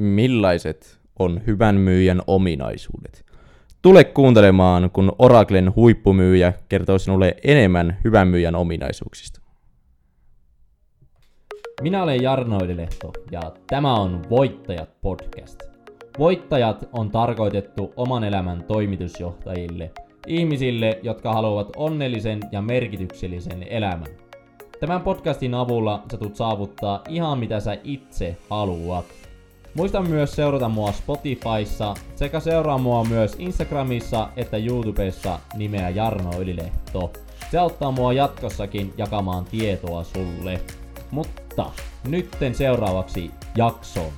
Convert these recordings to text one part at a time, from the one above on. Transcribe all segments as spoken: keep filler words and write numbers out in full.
Millaiset on hyvän myyjän ominaisuudet? Tule kuuntelemaan, kun Oraclen huippumyyjä kertoo sinulle enemmän hyvän myyjän ominaisuuksista. Minä olen Jarno Ylilehto ja tämä on Voittajat podcast. Voittajat on tarkoitettu oman elämän toimitusjohtajille, ihmisille, jotka haluavat onnellisen ja merkityksellisen elämän. Tämän podcastin avulla sä tulet saavuttaa ihan mitä sä itse haluat. Muista myös seurata mua Spotifyssa sekä seuraa mua myös Instagramissa että YouTubessa nimeä Jarno Ylilehto. Se auttaa mua jatkossakin jakamaan tietoa sulle. Mutta nytten seuraavaksi jakson.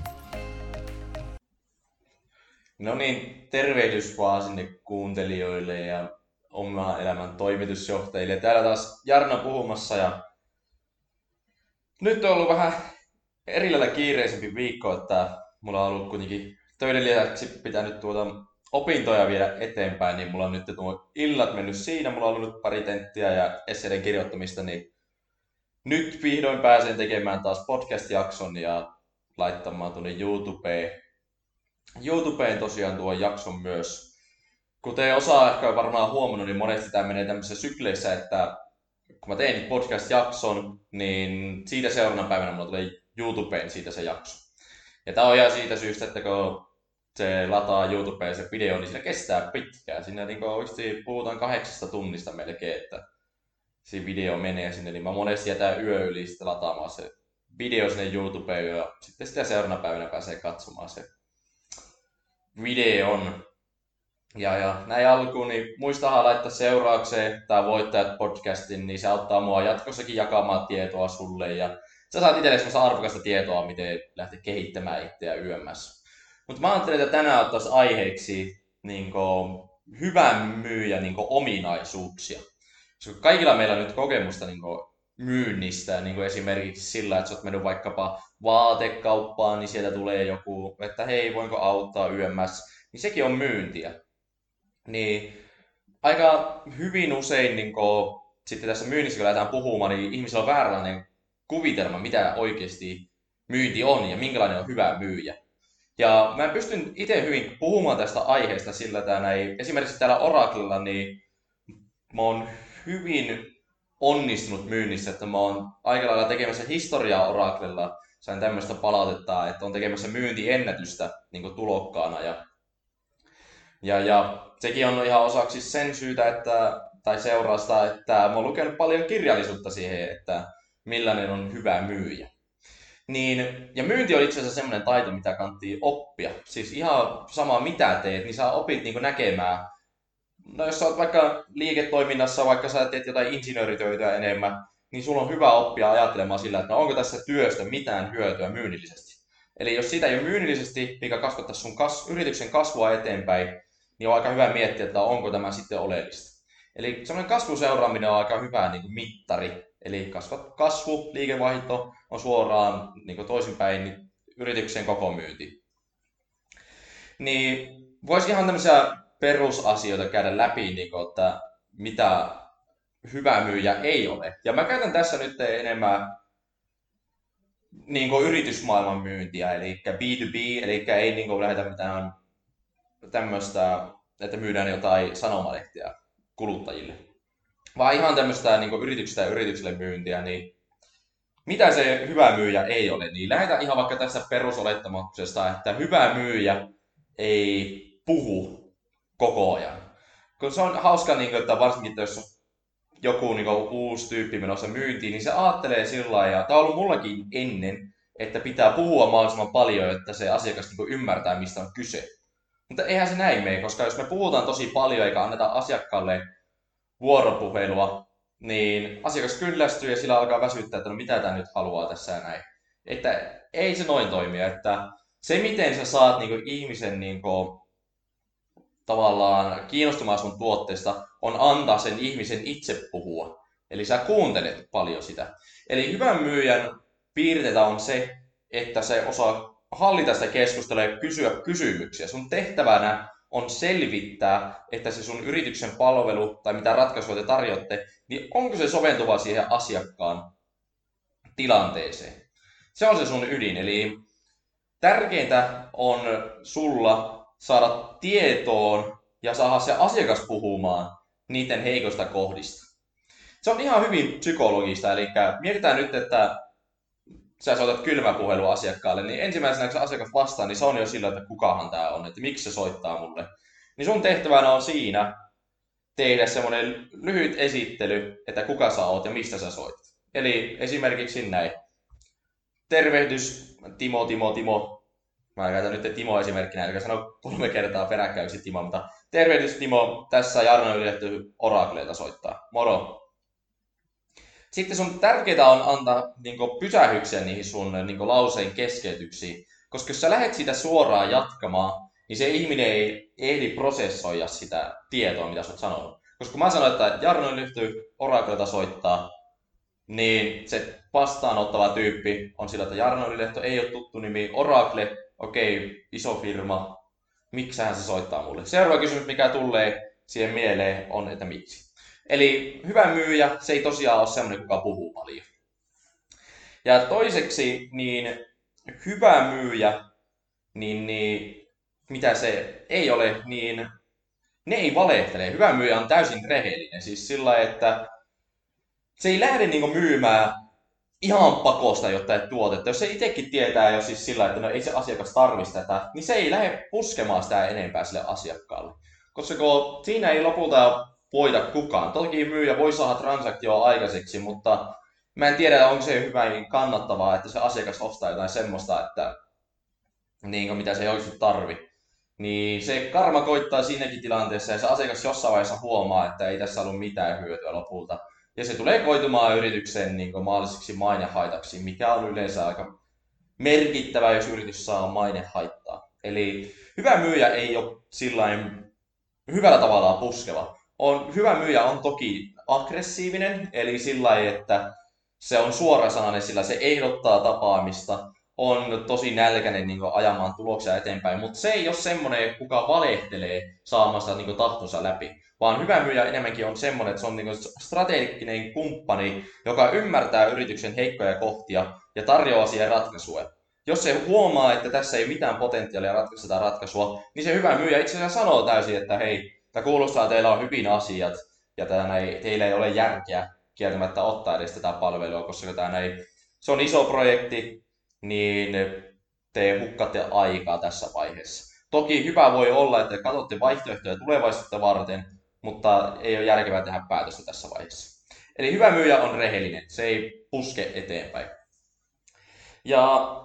No niin, tervehdys vaan sinne kuuntelijoille ja oman elämän toimitusjohtajille. Täällä taas Jarno puhumassa ja nyt on ollut vähän eri lailla kiireisempi viikko, että mulla on ollut kuitenkin töiden lisäksi pitänyt tuota opintoja viedä eteenpäin, niin mulla on nyt tuo illat mennyt siinä, mulla on ollut pari tenttiä ja esseiden kirjoittamista, niin nyt vihdoin pääsen tekemään taas podcast-jakson ja laittamaan tuonne YouTubeen. YouTubeen tosiaan tuon jakson myös. Kuten osa ehkä on varmaan huomannut, niin monesti tämä menee tämmöisissä sykleissä, että kun mä teen podcast-jakson, niin siitä seuraavana päivänä mulla tulee YouTubeen siitä se jakso. Ja tää on ihan siitä syystä, että kun se lataa YouTubeen se video, niin siinä kestää pitkään. Siinä niin oikeasti puhutaan kahdeksasta tunnista melkein, että se video menee sinne, niin mä monesti jätän yö yli sitten lataamaan se video sinne YouTubeen ja sitten sitä seuraavana päivänä pääsee katsomaan se videon. Ja, ja näin alkuun, niin muistahan laittaa seuraukseen tää Voittajat podcastin, niin se auttaa mua jatkossakin jakamaan tietoa sulle ja sä saat itselle semmoista arvokasta tietoa, miten lähteä kehittämään itseä yömmässä. Mutta mä ajattelin, että tänään ottaisi aiheeksi niin kuin, hyvän myyjän niin kuin, ominaisuuksia. Koska kaikilla meillä on nyt kokemusta niin kuin, myynnistä, niin kuin esimerkiksi sillä, että sä oot mennyt vaikkapa vaatekauppaan, niin sieltä tulee joku, että hei, voinko auttaa yömmässä, niin sekin on myyntiä. Niin aika hyvin usein niin kuin, sitten tässä myynnissä, kun lähdetään puhumaan, niin ihmisillä on vääränlainen kuvitelma, mitä oikeasti myynti on ja minkälainen on hyvä myyjä. Ja mä pystyn itse hyvin puhumaan tästä aiheesta sillä täällä ei, esimerkiksi täällä Oraclella, niin mä oon hyvin onnistunut myynnissä, että mä oon aika lailla tekemässä historiaa Oraclella. Sain tämmöistä palautetta, että on tekemässä myyntiennätystä niin kuin tulokkaana. Ja, ja, ja sekin on ihan osaksi sen syytä, että, tai seurausta, että mä oon lukenut paljon kirjallisuutta siihen, että millainen on hyvä myyjä. Niin, ja myynti on itse asiassa semmoinen taito, mitä kannattaa oppia. Siis ihan sama mitä teet, niin sä opit niin kuin näkemään. No jos sä oot vaikka liiketoiminnassa, vaikka sä teet jotain insinööritöitä enemmän, niin sulla on hyvä oppia ajattelemaan sillä, että no onko tässä työstä mitään hyötyä myynnillisesti. Eli jos sitä ei ole myynnillisesti, mikä kasvattaa sun kas- yrityksen kasvua eteenpäin, niin on aika hyvä miettiä, että onko tämä sitten oleellista. Eli semmoinen kasvuseuraaminen on aika hyvä niin kuin mittari. Eli kasvat, kasvu, liikevaihto on suoraan niin toisinpäin niin yrityksen koko myynti. Niin voisi ihan tämmöisiä perusasioita käydä läpi, niin kuin, että mitä hyvä myyjä ei ole. Ja mä käytän tässä nyt enemmän niin kuin yritysmaailman myyntiä, eli B to B, eli ei niin kuin lähdetä mitään tämmöistä, että myydään jotain sanomalehtiä kuluttajille. Vaan ihan tämmöistä niin yrityksestä ja yritykselle myyntiä, niin mitä se hyvä myyjä ei ole, niin lähdetään ihan vaikka tässä perusolettamuksesta, että hyvä myyjä ei puhu koko ajan. Kun se on hauska, niin kuin, että varsinkin että jos on joku niin kuin, uusi tyyppi menossa myyntiin, niin se ajattelee sillä lailla, ja tämä on ollut mullakin ennen, että pitää puhua mahdollisimman paljon, että se asiakas niin kuin, ymmärtää, mistä on kyse. Mutta eihän se näin mene, koska jos me puhutaan tosi paljon eikä anneta asiakkaalle vuoropuhelua, niin asiakas kyllästyy ja sillä alkaa väsyttää, että no mitä tämä nyt haluaa tässä ja näin. Että ei se noin toimia, että se miten sä saat niinku ihmisen niinku, tavallaan kiinnostumaan sun tuotteesta on antaa sen ihmisen itse puhua. Eli sä kuuntelet paljon sitä. Eli hyvän myyjän piirteitä on se, että se osaa hallita sitä keskustelua ja kysyä kysymyksiä. Sun tehtävänä on selvittää, että se sun yrityksen palvelu tai mitä ratkaisua te tarjotte, niin onko se soventuva siihen asiakkaan tilanteeseen. Se on se sun ydin. Eli tärkeintä on sulla saada tietoon ja saada se asiakas puhumaan niiden heikoista kohdista. Se on ihan hyvin psykologista, eli mietitään nyt, että sä soitat kylmäpuhelu asiakkaalle, niin ensimmäisenä kun se asiakas vastaa, niin se on jo sillä, että kukahan tää on, että miksi se soittaa mulle. Niin sun tehtävänä on siinä tehdä semmoinen lyhyt esittely, että kuka sä oot ja mistä sä soitat. Eli esimerkiksi näin. Tervehdys Timo, Timo, Timo. Mä käytän nyt Timo esimerkkinä, eli sano kolme kertaa peräkkäyksi Timo, mutta tervehdys Timo, tässä Jarno Ylehty Oracleelta soittaa. Moro. Sitten sun tärkeää on antaa niin kuin, pysähyksiä niihin sun niin kuin, lauseen keskeytyksiin, koska jos sä lähdet sitä suoraan jatkamaan, niin se ihminen ei ehdi prosessoida sitä tietoa, mitä sä oot sanonut. Koska kun mä sanoin, että Jarno Ylehty Oracleelta soittaa, niin se vastaanottava tyyppi on sillä, että Jarno Ylehto ei ole tuttu nimi, Oracle, okei, okay, iso firma, miksähän se soittaa mulle. Seuraava kysymys, mikä tulee siihen mieleen, on, että miksi. Eli hyvä myyjä, se ei tosiaan ole semmoinen, kuka puhuu paljon. Ja toiseksi, niin hyvä myyjä, niin, niin mitä se ei ole, niin ne ei valehtele. Hyvä myyjä on täysin rehellinen, siis sillä että se ei lähde niinku myymään ihan pakosta jotain tuotetta. Jos se itsekin tietää jo siis sillä, että no ei se asiakas tarvitse tätä, niin se ei lähde puskemaan sitä enempää sille asiakkaalle. Koska siinä ei lopulta voita kukaan. Toki myyjä voi saada transaktioa aikaiseksi, mutta mä en tiedä, onko se hyvä kannattavaa, että se asiakas ostaa jotain semmoista, että niin mitä se ei oikeasti tarvi. Niin se karma koittaa siinäkin tilanteessa ja se asiakas jossain vaiheessa huomaa, että ei tässä ollut mitään hyötyä lopulta. Ja se tulee koitumaan yrityksen niin mahdolliseksi mainehaitaksi, mikä on yleensä aika merkittävä, jos yritys saa mainehaittaa. Eli hyvä myyjä ei ole sillain hyvällä tavalla puskeva. On, hyvä myyjä on toki aggressiivinen, eli sillä että se on suorasanainen, sillä se ehdottaa tapaamista, on tosi nälkäinen niin kuin, ajamaan tuloksia eteenpäin, mutta se ei ole semmoinen, kuka valehtelee saamasta niin kuin, tahtonsa läpi. Vaan hyvä myyjä enemmänkin on semmoinen, että se on niin kuin, strateginen kumppani, joka ymmärtää yrityksen heikkoja kohtia ja tarjoaa siihen ratkaisuja. Jos se huomaa, että tässä ei mitään potentiaalia ratkaista tätä ratkaisua, niin se hyvä myyjä itse asiassa sanoo täysin, että hei, tämä kuulostaa, että teillä on hyvin asiat ja tämä ei, teillä ei ole järkeä kieltämättä ottaa edes tätä palvelua, koska tämä ei, se on iso projekti, niin te hukkatte aikaa tässä vaiheessa. Toki hyvä voi olla, että katsotte vaihtoehtoja tulevaisuutta varten, mutta ei ole järkevää tehdä päätöstä tässä vaiheessa. Eli hyvä myyjä on rehellinen, se ei puske eteenpäin. Ja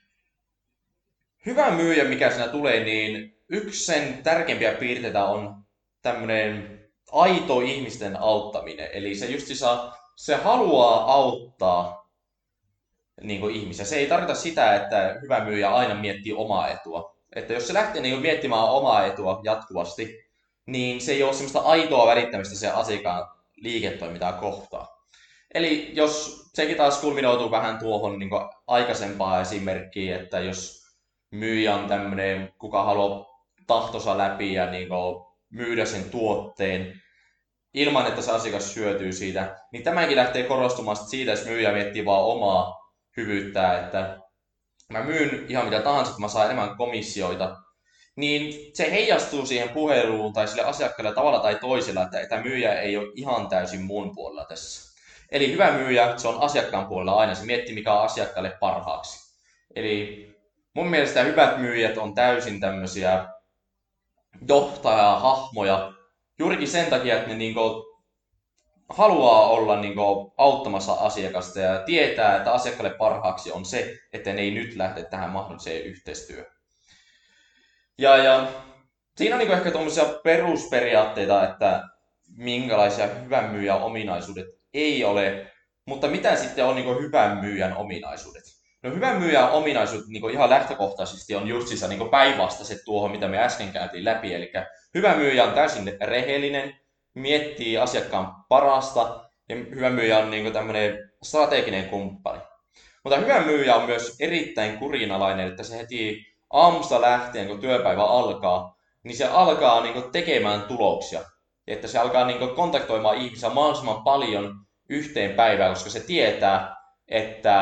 hyvä myyjä, mikä siinä tulee, niin yksi sen tärkeimpiä piirteitä on tämmöinen aito ihmisten auttaminen. Eli se justissa, se haluaa auttaa niin kuin ihmisiä. Se ei tarkoita sitä, että hyvä myyjä aina miettii omaa etua. Että jos se lähtee niin kuin miettimään omaa etua jatkuvasti, niin se ei ole semmoista aitoa välittämistä se asiakkaan liiketoimintaa kohtaan. Eli jos sekin taas kulminoituu vähän tuohon niin kuin aikaisempaan esimerkkiin, että jos myyjä on tämmöinen, kuka haluaa tahtonsa läpi ja niin kuin myydä sen tuotteen ilman, että se asiakas hyötyy siitä, niin tämäkin lähtee korostumaan siitä, jos myyjä miettii vaan omaa hyvyyttää, että mä myyn ihan mitä tahansa, että mä saan enemmän komissioita, niin se heijastuu siihen puheluun tai sille asiakkaalle tavalla tai toisella, että tämä myyjä ei ole ihan täysin mun puolella tässä. Eli hyvä myyjä, se on asiakkaan puolella aina, se miettii mikä on asiakkaalle parhaaksi. Eli mun mielestä hyvät myyjät on täysin tämmöisiä johtajahahmoja juurikin sen takia, että ne niinku haluaa olla niinku auttamassa asiakasta ja tietää, että asiakkaalle parhaaksi on se, että ne ei nyt lähde tähän mahdolliseen yhteistyöhön. Ja, ja siinä on niinku ehkä tuommoisia perusperiaatteita, että minkälaisia hyvän myyjän ominaisuudet ei ole, mutta mitä sitten on niinku hyvän myyjän ominaisuudet? No hyvän myyjän ominaisuudet niinku ihan lähtökohtaisesti on just niinku päinvastaiset tuohon, mitä me äsken käytiin läpi. Eli hyvä myyjä on täysin rehellinen, miettii asiakkaan parasta ja hyvä myyjä on niinku tämmöinen strateginen kumppani. Mutta hyvä myyjä on myös erittäin kurinalainen, että se heti aamusta lähtien, kun työpäivä alkaa, niin se alkaa niinku tekemään tuloksia. Että se alkaa niinku kontaktoimaan ihmisiä mahdollisimman paljon yhteen päivään, koska se tietää, että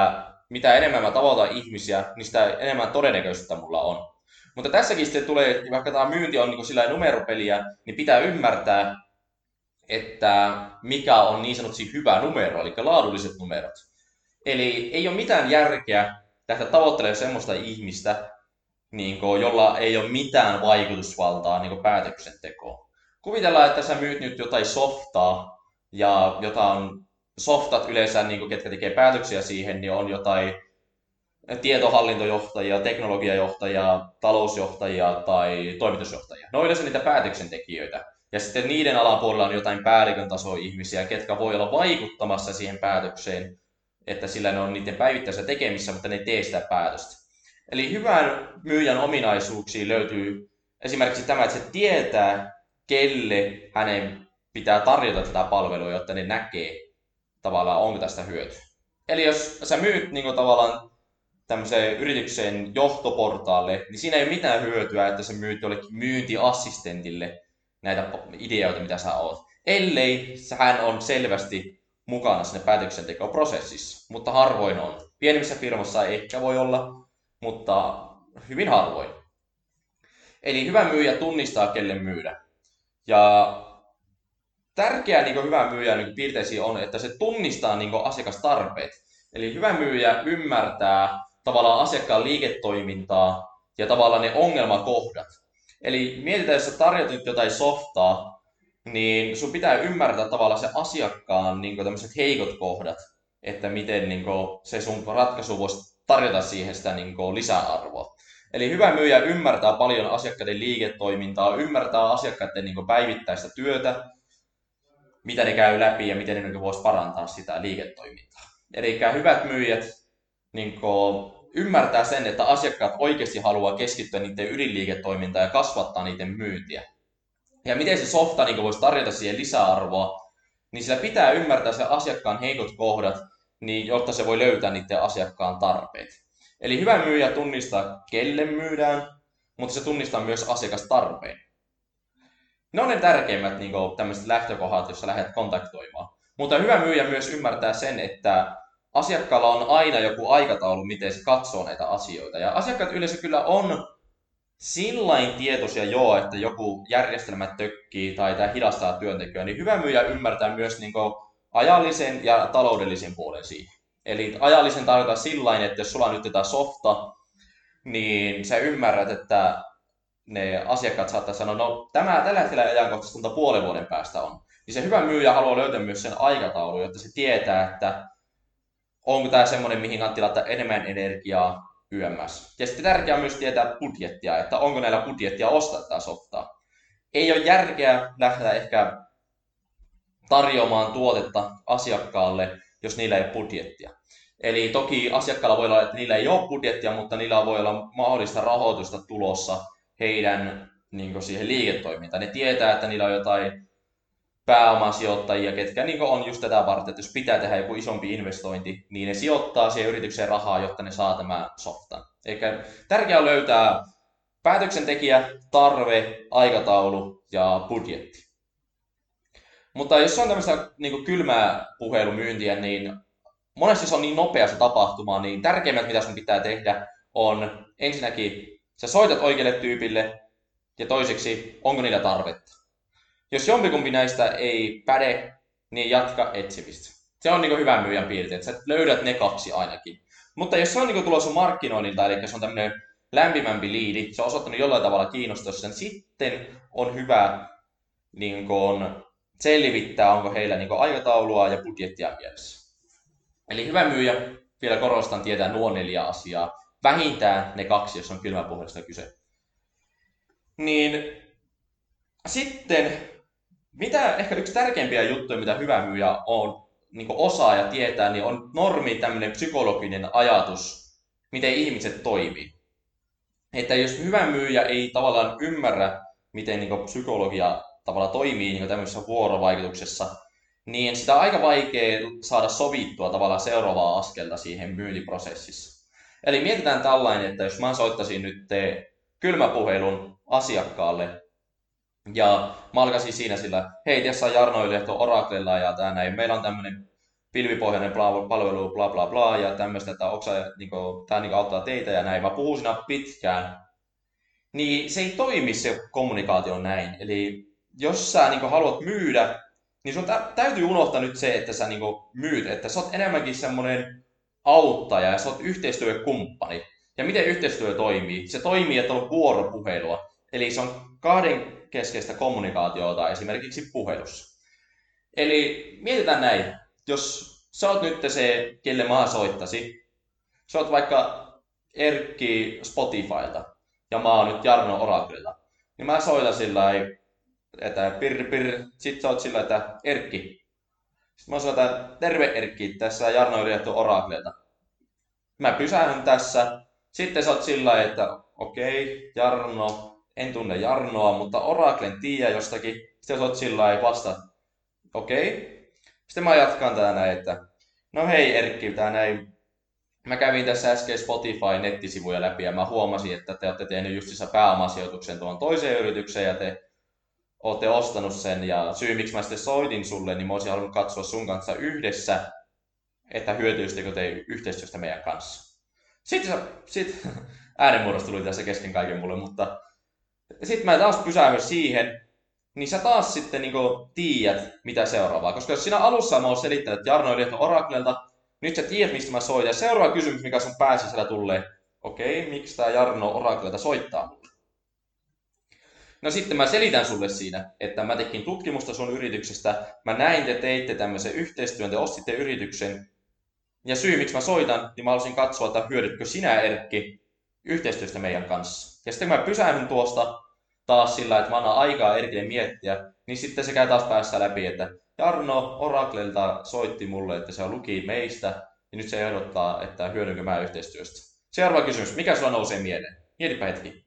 mitä enemmän mä tavoitan ihmisiä, niin sitä enemmän todennäköisyyttä mulla on. Mutta tässäkin sitten tulee, vaikka tämä myynti on niin sillä numeropeliä, niin pitää ymmärtää, että mikä on niin sanotusti hyvä numero, eli laadulliset numerot. Eli ei ole mitään järkeä tästä tavoittelemaan semmoista ihmistä, niin kuin, jolla ei ole mitään vaikutusvaltaa niin kuin päätöksentekoon. Kuvitellaan, että sä myyt nyt jotain softaa, ja jota on softat yleensä, niin kuin, ketkä tekee päätöksiä siihen, niin on jotain tietohallintojohtajia, teknologiajohtajia, talousjohtajia tai toimitusjohtajia. Ne on yleensä niitä päätöksentekijöitä. Ja sitten niiden alapuolella on jotain päällikön tasoa ihmisiä, ketkä voi olla vaikuttamassa siihen päätökseen, että sillä ne on niiden päivittäisessä tekemissä, mutta ne ei tee sitä päätöstä. Eli hyvän myyjän ominaisuuksiin löytyy esimerkiksi tämä, että se tietää, kelle hänen pitää tarjota tätä palvelua, jotta ne näkee tavallaan, onko tästä hyötyä. Eli jos sä myyt niin kuin tavallaan tämmöiseen yrityksen johtoportaalle, niin siinä ei ole mitään hyötyä, että sä myyt jollekin myyntiassistentille näitä ideoita, mitä sä oot. Ellei hän on selvästi mukana sinne päätöksentekoprosessissa, mutta harvoin on. Pienimmissä firmassa ei ehkä voi olla, mutta hyvin harvoin. Eli hyvä myyjä tunnistaa, kelle myydä. Ja tärkeää niin hyvä myyjä niin piirteisiin on, että se tunnistaa niin asiakastarpeet. Eli hyvä myyjä ymmärtää tavallaan asiakkaan liiketoimintaa ja tavallaan ne ongelmakohdat. Eli mietitään, jos sä tarjot nyt jotain softaa, niin sun pitää ymmärtää tavallaan se asiakkaan niin tämmöiset heikot kohdat, että miten niin se sun ratkaisu voisi tarjota siihen sitä niin lisäarvoa. Eli hyvä myyjä ymmärtää paljon asiakkaiden liiketoimintaa, ymmärtää asiakkaiden niin päivittäistä työtä, mitä ne käy läpi ja miten ne niin voisi parantaa sitä liiketoimintaa. Eli hyvät myyjät niin ymmärtää sen, että asiakkaat oikeasti haluaa keskittyä niiden ydinliiketoimintaan ja kasvattaa niiden myyntiä. Ja miten se softa niin voisi tarjota siihen lisäarvoa, niin sillä pitää ymmärtää se asiakkaan heikot kohdat, niin jotta se voi löytää niiden asiakkaan tarpeet. Eli hyvä myyjä tunnistaa, kelle myydään, mutta se tunnistaa myös asiakastarpeen. Ne on ne tärkeimmät niin kuin, tämmöiset lähtökohdat, jos sä lähdet kontaktoimaan. Mutta hyvä myyjä myös ymmärtää sen, että asiakkaalla on aina joku aikataulu, miten se katsoo näitä asioita. Ja asiakkaat yleensä kyllä on sillain tietoisia joo, että joku järjestelmä tökkii tai tämä hidastaa työntekijöä, niin hyvä myyjä ymmärtää myös niin kuin, ajallisen ja taloudellisen puolen siihen. Eli ajallisen tarkoittaa sillain, että jos sulla on nyt jotain softa, niin sä ymmärrät, että ne asiakkaat saattaa sanoa, no tämä tällä hetkellä ajankohtaisesti tuntuu puolen vuoden päästä on. Niin se hyvä myyjä haluaa löytää myös sen aikataulun, jotta se tietää, että onko tämä semmoinen, mihin kannattaa laittaa enemmän energiaa yömmässä. Ja sitten tärkeää on myös tietää budjettia, että onko näillä budjettia ostaa tätä softaa. Ei ole järkeä lähteä ehkä tarjoamaan tuotetta asiakkaalle, jos niillä ei ole budjettia. Eli toki asiakkaalla voi olla, että niillä ei ole budjettia, mutta niillä voi olla mahdollista rahoitusta tulossa heidän niin siihen liiketoimintaan. Ne tietää, että niillä on jotain pääomasijoittajia, ketkä niin on just tätä varten, että jos pitää tehdä joku isompi investointi, niin ne sijoittaa siihen yritykseen rahaa, jotta ne saa tämän softan. Eli tärkeää on löytää päätöksentekijä, tarve, aikataulu ja budjetti. Mutta jos on tämmöistä niin kylmää puhelumyyntiä, niin monesti se on niin nopea se tapahtuma, niin tärkeimmät mitä sun pitää tehdä on ensinnäkin, sä soitat oikealle tyypille ja toiseksi, onko niillä tarvetta. Jos jompikumpi näistä ei päde, niin jatka etsimistä. Se on niin hyvä myyjän piirte, että sä löydät ne kaksi ainakin. Mutta jos se on niin tulossa markkinoinnilta, eli se on tämmöinen lämpimämpi liidi, se on osoittanut jollain tavalla kiinnostusta, niin sitten on hyvä niin kun, selvittää, onko heillä niin kun, aikataulua ja budjettia mielessä. Eli hyvä myyjä, vielä korostan, tietää nuo neljä asiaa. Vähintään ne kaksi, jos on kylmäpuhelusta kyse. Niin sitten, mitä ehkä yksi tärkeimpiä juttuja, mitä hyvä myyjä on, niin osaa ja tietää, niin on normi tämmöinen psykologinen ajatus, miten ihmiset toimii. Että jos hyvä myyjä ei tavallaan ymmärrä, miten niin psykologia tavallaan toimii niin tämmöisessä vuorovaikutuksessa, niin sitä on aika vaikea saada sovittua tavallaan seuraavaa askelta siihen myyntiprosessissa. Eli mietitään tällainen, että jos mä soittaisin nyt kylmäpuhelun asiakkaalle, ja mä alkaisin siinä sillä, hei, tässä on Jarno Ylehto Oraclella ja tää näin. Meillä on tämmönen pilvipohjainen bla- palvelu, bla bla bla, ja tämmöistä, että onko sä, niin kuin, tää niin kuin auttaa teitä ja näin. Mä puhun siinä pitkään, niin se ei toimi se kommunikaatio näin. Eli jos sä niin kuin, haluat myydä, niin sun tä- täytyy unohtaa nyt se, että sä niin kuin, myyt, että sä oot enemmänkin semmoinen auttaja ja sä oot yhteistyökumppani. Ja miten yhteistyö toimii? Se toimii, että on vuoropuhelua. Eli se on kahden keskeistä kommunikaatiota esimerkiksi puhelussa. Eli mietitään näin. Jos sä oot nyt se, kelle mä soittasi, sä oot vaikka Erkki Spotifylta ja mä oon nyt Jarno Oraclelta, niin mä soitan sillä lailla, että pir pir, sit sä oot sillä, että Erkki. Sitten mä soitan, terve Erkki, tässä Jarno Ylehto Oraclelta. Mä pysähyn tässä. Sitten sä oot sillä lailla, että okei, okay, Jarno, en tunne Jarnoa, mutta Oraclen tiedä jostakin. Sitten sä oot sillä lailla vasta, okei. Okay. Sitten mä jatkan tää näin, että no hei Erkki, tää näin. Mä kävin tässä äsken Spotify-nettisivuja läpi ja mä huomasin, että te olette tehneet justissa pääomasijoituksen tuon toiseen yritykseen ja te olette ostanut sen. Ja syy miksi mä sitten soitin sulle, niin mä olisin halunnut katsoa sun kanssa yhdessä, että hyötyisittekö te yhteistyöstä meidän kanssa. Sitten sit, äänenmuodosta tuli tässä kesken kaiken mulle, mutta sitten mä taas pysähdyin siihen, niin sä taas sitten niin tiedät, mitä seuraavaa. Koska jos siinä alussa mä oon selittänyt, että Jarno Ylehto Oraclelta, nyt sä tiedät, mistä mä soitan. Seuraava kysymys, mikä sun pääsisällä tulee, okei, okay, miksi tää Jarno Oraclelta soittaa mulle? No sitten mä selitän sulle siinä, että mä tekin tutkimusta sun yrityksestä, mä näin, te teitte tämmöisen yhteistyön, te ostitte yrityksen, ja syy, miksi mä soitan, niin mä haluaisin katsoa, että hyödytkö sinä, Erkki, yhteistyöstä meidän kanssa. Ja sitten kun mä pysähdyn tuosta taas sillä, että mä annan aikaa Erkille miettiä, niin sitten se käy taas päässä läpi, että Jarno Oraclelta soitti mulle, että se on luki meistä, ja nyt se ehdottaa, että hyödynkö mä yhteistyöstä. Seuraava kysymys, mikä sulla nousee mieleen? Mietipä hetki.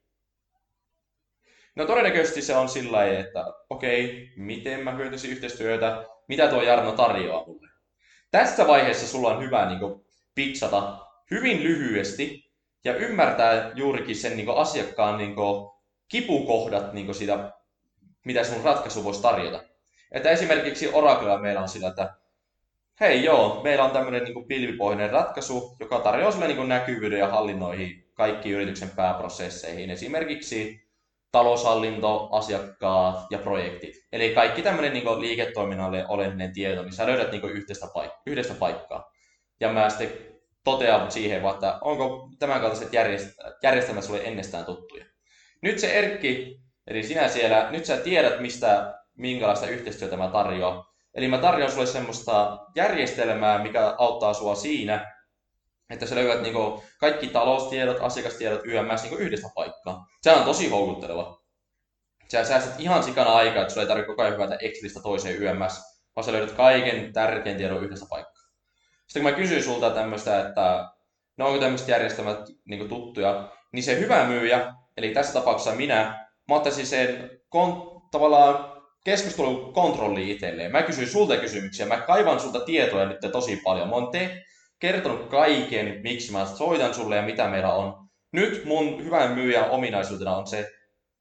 No todennäköisesti se on sillä lailla, että okei, miten mä hyötyisin yhteistyötä, mitä tuo Jarno tarjoaa mulle. Tässä vaiheessa sulla on hyvä niin kuin, pitsata hyvin lyhyesti ja ymmärtää juurikin sen niin kuin, asiakkaan niin kuin, kipukohdat niin kuin, siitä, mitä sun ratkaisu voisi tarjota. Että esimerkiksi Oraclella meillä on sillä, että hei joo, meillä on tämmöinen niin kuin, pilvipohjainen ratkaisu, joka tarjoaa sulle niin kuin, näkyvyyden ja hallinnoihin kaikkiin yrityksen pääprosesseihin. Esimerkiksi taloushallinto, asiakkaat ja projektit. Eli kaikki tämmöinen niin liiketoiminnalle olennainen tieto, niin sä löydät niin yhdestä, paik- yhdestä paikkaa. Ja mä sitten totean siihen, että onko tämän kaltaiset järjest- järjestelmät sulle ennestään tuttuja. Nyt se Erkki, eli sinä siellä, nyt sä tiedät, mistä, minkälaista yhteistyötä mä tarjoan. Eli mä tarjoan sulle semmoista järjestelmää, mikä auttaa sua siinä, että sä löydät niinku kaikki taloustiedot, asiakastiedot, Y M S niinku yhdestä paikkaa. Se on tosi houkutteleva. Sä säästät ihan sikana aikaa, että sulla ei tarvitse koko ajan hyvätä Excelistä toiseen Y M S, vaan sä löydät kaiken tärkeän tiedon yhdestä paikkaa. Sitten kun mä kysyin sulta tämmöistä, että no onko tämmöiset järjestelmät niinku tuttuja, niin se hyvä myyjä, eli tässä tapauksessa minä, mä ottaisin sen kon- tavallaan keskustelun kontrolliin itselleen. Mä kysyin sulta kysymyksiä, mä kaivan sulta tietoja nyt tosi paljon. Mä oon te kertonut kaiken, miksi mä soitan sulle ja mitä meillä on. Nyt mun hyvän myyjän ominaisuutena on se,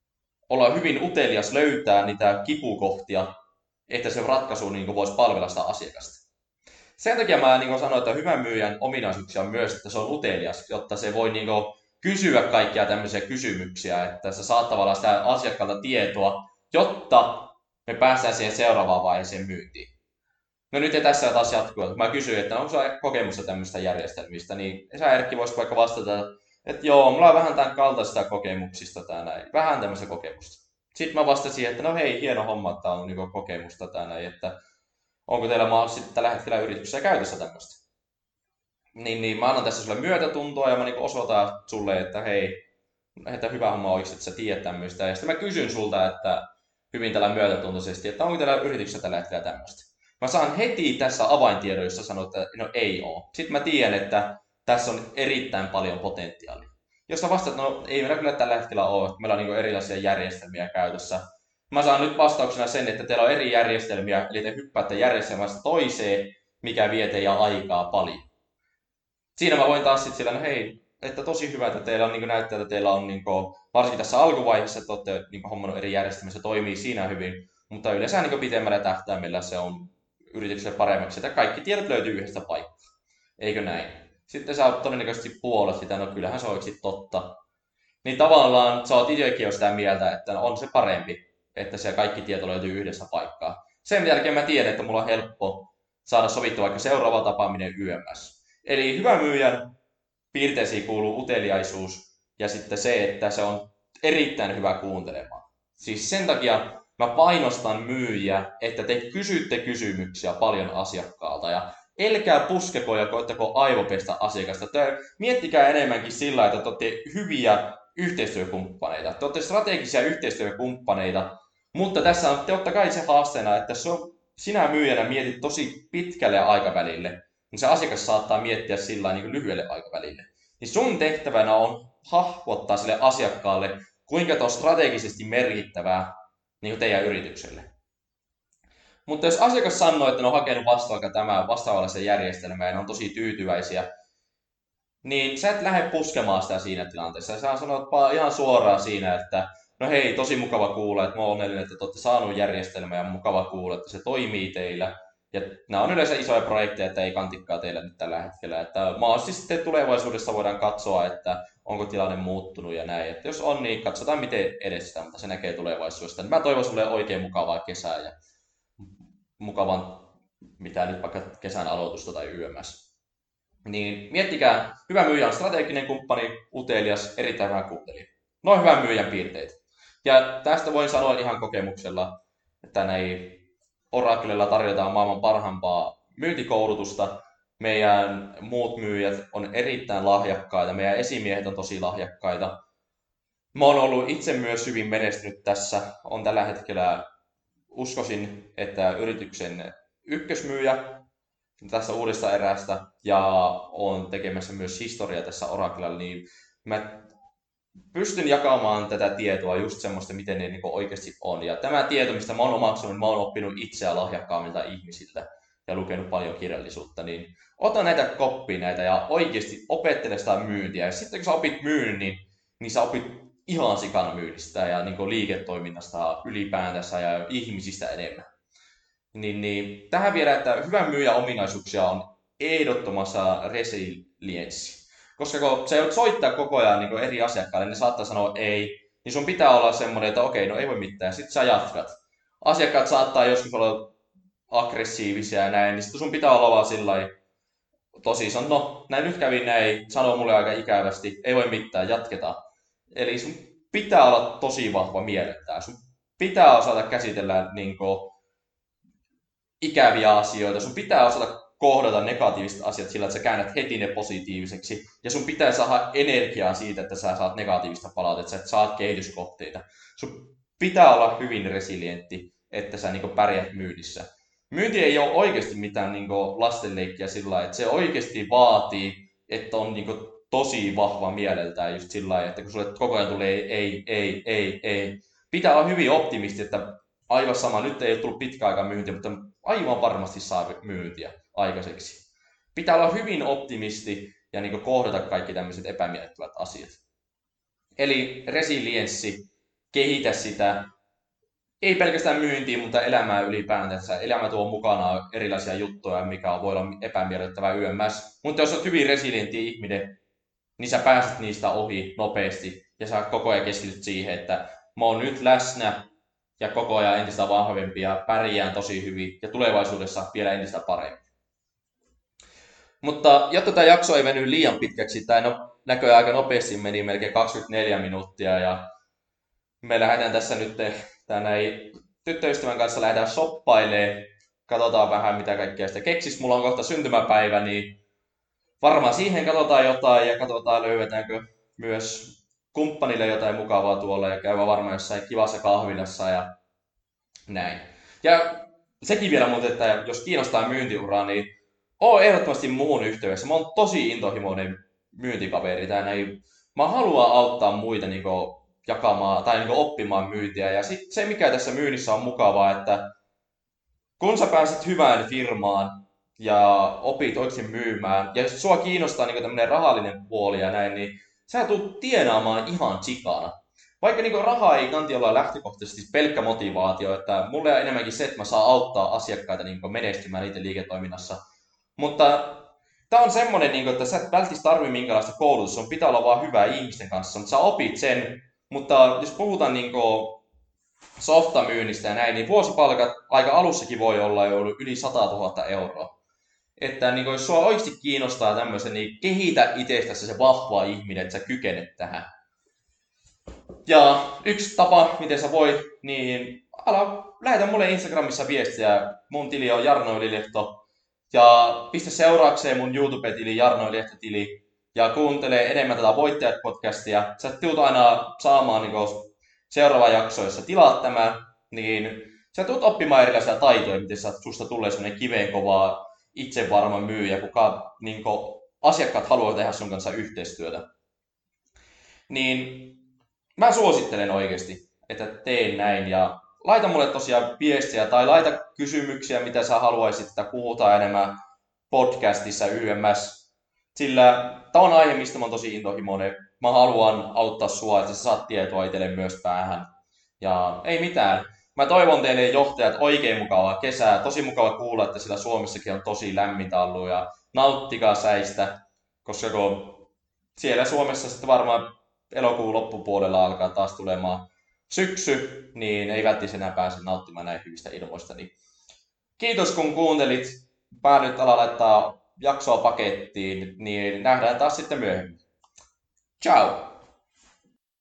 olla hyvin utelias löytää niitä kipukohtia, että se ratkaisu niin voisi palvella sitä asiakasta. Sen takia mä niin sanoin, että hyvän myyjän ominaisuuksia on myös, että se on utelias, jotta se voi niin kysyä kaikkia tämmöisiä kysymyksiä, että se saat tavallaan sitä asiakkaalta tietoa, jotta me päästään siihen seuraavaan vaiheeseen myyntiin. No nyt ja tässä taas jatkuu. Mä kysyin, että onko sulla kokemusta tämmöistä järjestelmistä, niin sä Erkki voisit vaikka vastata, että joo, mulla on vähän tämän kaltaista kokemuksista tää näin. Vähän tämmöistä kokemusta. Sitten mä vastasin, että no hei, hieno homma, että on niinku kokemusta tää näin, että onko teillä mahdollisesti tällä hetkellä yrityksessä käytössä tämmöistä. Niin, niin mä annan tässä sulle myötätuntoa ja mä niinku osoitan sulle, että hei, että hyvä homma oikeasti, että sä tiedät tämmöistä. Ja sitten mä kysyn sulta, että hyvin tällä myötätuntoisesti, että onko teillä yrityksessä tällä hetkellä tämmöistä. Mä saan heti tässä avaintiedon, jossa sanoo, että no ei oo. Sitten mä tiedän, että tässä on erittäin paljon potentiaalia. Jos sä vastaat, no ei meillä kyllä tällä hetkellä ole, että meillä on niin erilaisia järjestelmiä käytössä. Mä saan nyt vastauksena sen, että teillä on eri järjestelmiä, eli te hyppäätte järjestelmästä toiseen, mikä vie teidän aikaa paljon. Siinä mä voin taas sitten sillä, no hei, että tosi hyvä, että teillä on, niin näyttää, että teillä on, niin kuin, varsinkin tässä alkuvaiheessa, että olette niin hommannut eri järjestelmissä, toimii siinä hyvin, mutta yleensä niin pitemmällä tähtäimellä se on yritykselle paremmaksi, että kaikki tiedot löytyy yhdestä paikkaa. Eikö näin? Sitten sä oot todennäköisesti puolet sitä, no kyllähän se on oikeasti totta. Niin tavallaan sä oot itsekin jo sitä mieltä, että on se parempi, että se kaikki tieto löytyy yhdessä paikkaa. Sen jälkeen mä tiedän, että mulla on helppo saada sovittua vaikka seuraava tapaaminen yömmässä. Eli hyvän myyjän piirteisiin kuuluu uteliaisuus ja sitten se, että se on erittäin hyvä kuuntelemaan. Siis sen takia mä painostan myyjiä, että te kysytte kysymyksiä paljon asiakkaalta ja älkää puskeko ja koittako aivopestä asiakasta. Te miettikää enemmänkin sillä, että te olette hyviä yhteistyökumppaneita. Te olette strategisia yhteistyökumppaneita, mutta tässä on totta kai se haasteena, että se on, sinä myyjänä mietit tosi pitkälle aikavälille, niin se asiakas saattaa miettiä sillä niin lyhyelle aikavälille. Niin sun tehtävänä on hahmottaa sille asiakkaalle, kuinka tämä on strategisesti merkittävää niin teidän yritykselle. Mutta jos asiakas sanoo, että ne on hakenut vastaavan tämän vastaavallisen järjestelmään ja ne on tosi tyytyväisiä, niin sä et lähde puskemaan sitä siinä tilanteessa. Sä sanot ihan suoraan siinä, että no hei, tosi mukava kuulla, että mä oon onnellinen, että te olette saanut järjestelmää ja mukava kuulla, että se toimii teillä. Ja nämä on yleensä isoja projekteja, että ei kantikkaa teillä nyt tällä hetkellä. Että mahdollisesti sitten tulevaisuudessa voidaan katsoa, että onko tilanne muuttunut ja näin. Että jos on, niin katsotaan miten edessä, mutta se näkee tulevaisuudesta. Mä toivon sulle oikein mukavaa kesää ja mukavan, mitä nyt vaikka kesän aloitusta tai yömässä. Niin miettikää, hyvä myyjä on strateginen kumppani, utelias, erittäin hyvä kuuntelija. Noin hyvän myyjän piirteet. Ja tästä voin sanoa ihan kokemuksella, että näin Oraclella tarjotaan maailman parhaimpaa myyntikoulutusta. Meidän muut myyjät on erittäin lahjakkaita, meidän esimiehet on tosi lahjakkaita. Mä oon ollut itse myös hyvin menestynyt tässä. On tällä hetkellä, uskoisin, että yrityksen ykkösmyyjä tässä uudesta erästä ja on tekemässä myös historiaa tässä Oraclella, niin mä pystyn jakamaan tätä tietoa just semmoista, miten ne niin oikeasti on. Ja tämä tieto, mistä mä oon omaksunut, mä oon oppinut itseä lahjakkaammilta ihmisiltä ja lukenut paljon kirjallisuutta, niin ota näitä koppiin näitä ja oikeasti opettele sitä myyntiä. Ja sitten kun sä opit myynnin, niin, niin sä opit ihan sikana myynnistä ja niin liiketoiminnasta ylipäätänsä ja ihmisistä enemmän. Niin, niin, tähän vielä, että hyvän myyjän ominaisuuksia on ehdottomassa resilienssi. Koska kun sä joudut soittaa koko ajan niin eri asiakkaille, niin ne saattaa sanoa ei, niin sun pitää olla semmoinen, että okei, no ei voi mitään, sitten sä jatkat. Asiakkaat saattaa joskus olla aggressiivisia ja näin, niin sitten sun pitää olla vaan sillä lailla tosissaan, no näin nyt kävi näin, sanoo mulle aika ikävästi, ei voi mitään, jatketaan. Eli sun pitää olla tosi vahva mielentää, sun pitää osata käsitellä niin kuin, ikäviä asioita, sun pitää osata kohdata negatiiviset asiat sillä, että sä käännät heti ne positiiviseksi. Ja sun pitää saada energiaa siitä, että sä saat negatiivista palautetta, että sä saat kehityskohteita. Sun pitää olla hyvin resilientti, että sä niin pärjät myynnissä. Myynti ei ole oikeasti mitään niin lastenleikkiä sillä lailla, että se oikeasti vaatii, että on niin tosi vahva mieleltään just sillä lailla, että kun sulle koko ajan tulee ei, ei, ei, ei. Pitää olla hyvin optimisti, että aivan sama, nyt ei ole tullut pitkä aika myyntiä, mutta aivan varmasti saa myyntiä aikaiseksi. Pitää olla hyvin optimisti ja niin kohdata kaikki tämmöiset epämiellyttävät asiat. Eli resilienssi, kehitä sitä, ei pelkästään myyntiin, mutta elämää ylipäätänsä. Elämä tuo mukana erilaisia juttuja, mikä voi olla epämiellyttävää yömmässä. Mutta jos olet hyvin resilientti ihminen, niin sä pääset niistä ohi nopeasti ja sä koko ajan keskityt siihen, että mä oon nyt läsnä ja koko ajan entistä vahvempi ja pärjään tosi hyvin ja tulevaisuudessa vielä entistä paremmin. Mutta jotta tämä jakso ei veny liian pitkäksi, tämä no, näköjään aika nopeasti meni melkein kaksikymmentäneljä minuuttia ja me lähdetään tässä nyt tänne tyttöystävän kanssa lähdetään shoppailemaan. Katsotaan vähän mitä kaikkea sitä keksis. Mulla on kohta syntymäpäivä, niin varmaan siihen katsotaan jotain ja katsotaan löydetäänkö myös kumppanille jotain mukavaa tuolla ja käydään varmaan jossain kivassa kahvilassa ja näin. Ja sekin vielä muuten, että jos kiinnostaa myyntiuraa, niin oo ehdottomasti muun yhteydessä. Mä oon tosi intohimoinen myyntikaveri tai näin. Mä haluan auttaa muita niin kuin, jakamaan tai niin kuin, oppimaan myyntiä. Ja sit se mikä tässä myynnissä on mukavaa, että kun sä pääset hyvään firmaan ja opit oikein myymään, ja jos sua kiinnostaa niin tämmöinen rahallinen puoli ja näin, niin sä tulet tienaamaan ihan sikana. vaikka niin raha ei kanti olla lähtökohtaisesti pelkkä motivaatio, että mulle on enemmänkin se, että mä saan auttaa asiakkaita niin menestymään niiden liiketoiminnassa. Mutta tämä on semmoinen, niin että sä et välttämättä tarvitse minkälaista koulutusta, sun pitää olla vaan hyvää ihmisten kanssa, mutta sä opit sen. Mutta jos puhutaan niin softamyynnistä ja näin, niin vuosipalkat aika alussakin voi olla jo yli sata tuhatta euroa. Että niin jos sua oikeasti kiinnostaa tämmöisen, niin kehitä itsestäsi se vahva ihminen, että sä kykenet tähän. Ja yksi tapa, miten sä voit, niin ala lähetä mulle Instagramissa viestiä. Mun tili on Jarno Ylilehto. Ja pistä seuraakseen mun YouTube-tili Jarno Ylilehto-tili. Ja kuuntele enemmän tätä Voittajat-podcastia. Sä tulet aina saamaan niin seuraava jakso, jos sä tilaat tämä, niin sä tulet oppimaan erilaisia taitoja, miten sä, susta tulee sellainen kiveenkova, itsevarma myyjä, kuka niin kuin, asiakkaat haluaa tehdä sun kanssa yhteistyötä. Niin mä suosittelen oikeasti, että teen näin ja laita mulle tosiaan viestiä tai laita kysymyksiä, mitä sä haluaisit, että puhutaan enemmän podcastissa Y M S. Sillä tää on aihe, mistä mä oon tosi intohimoinen. Mä haluan auttaa sua, että sä saat tietoa itselle myös päähän. Ja ei mitään. Mä toivon teille johtajat oikein mukavaa kesää. Tosi mukava kuulla, että sillä Suomessakin on tosi lämmintä ollut ja nauttikaa säistä. Koska kun siellä Suomessa sitten varmaan elokuun loppupuolella alkaa taas tulemaan syksy, niin ei välttämättä enää pääse nauttimaan näin hyvistä ilmoista. Niin kiitos kun kuuntelit. Mä nyt ala laittaa jaksoa pakettiin, niin nähdään taas sitten myöhemmin. Ciao!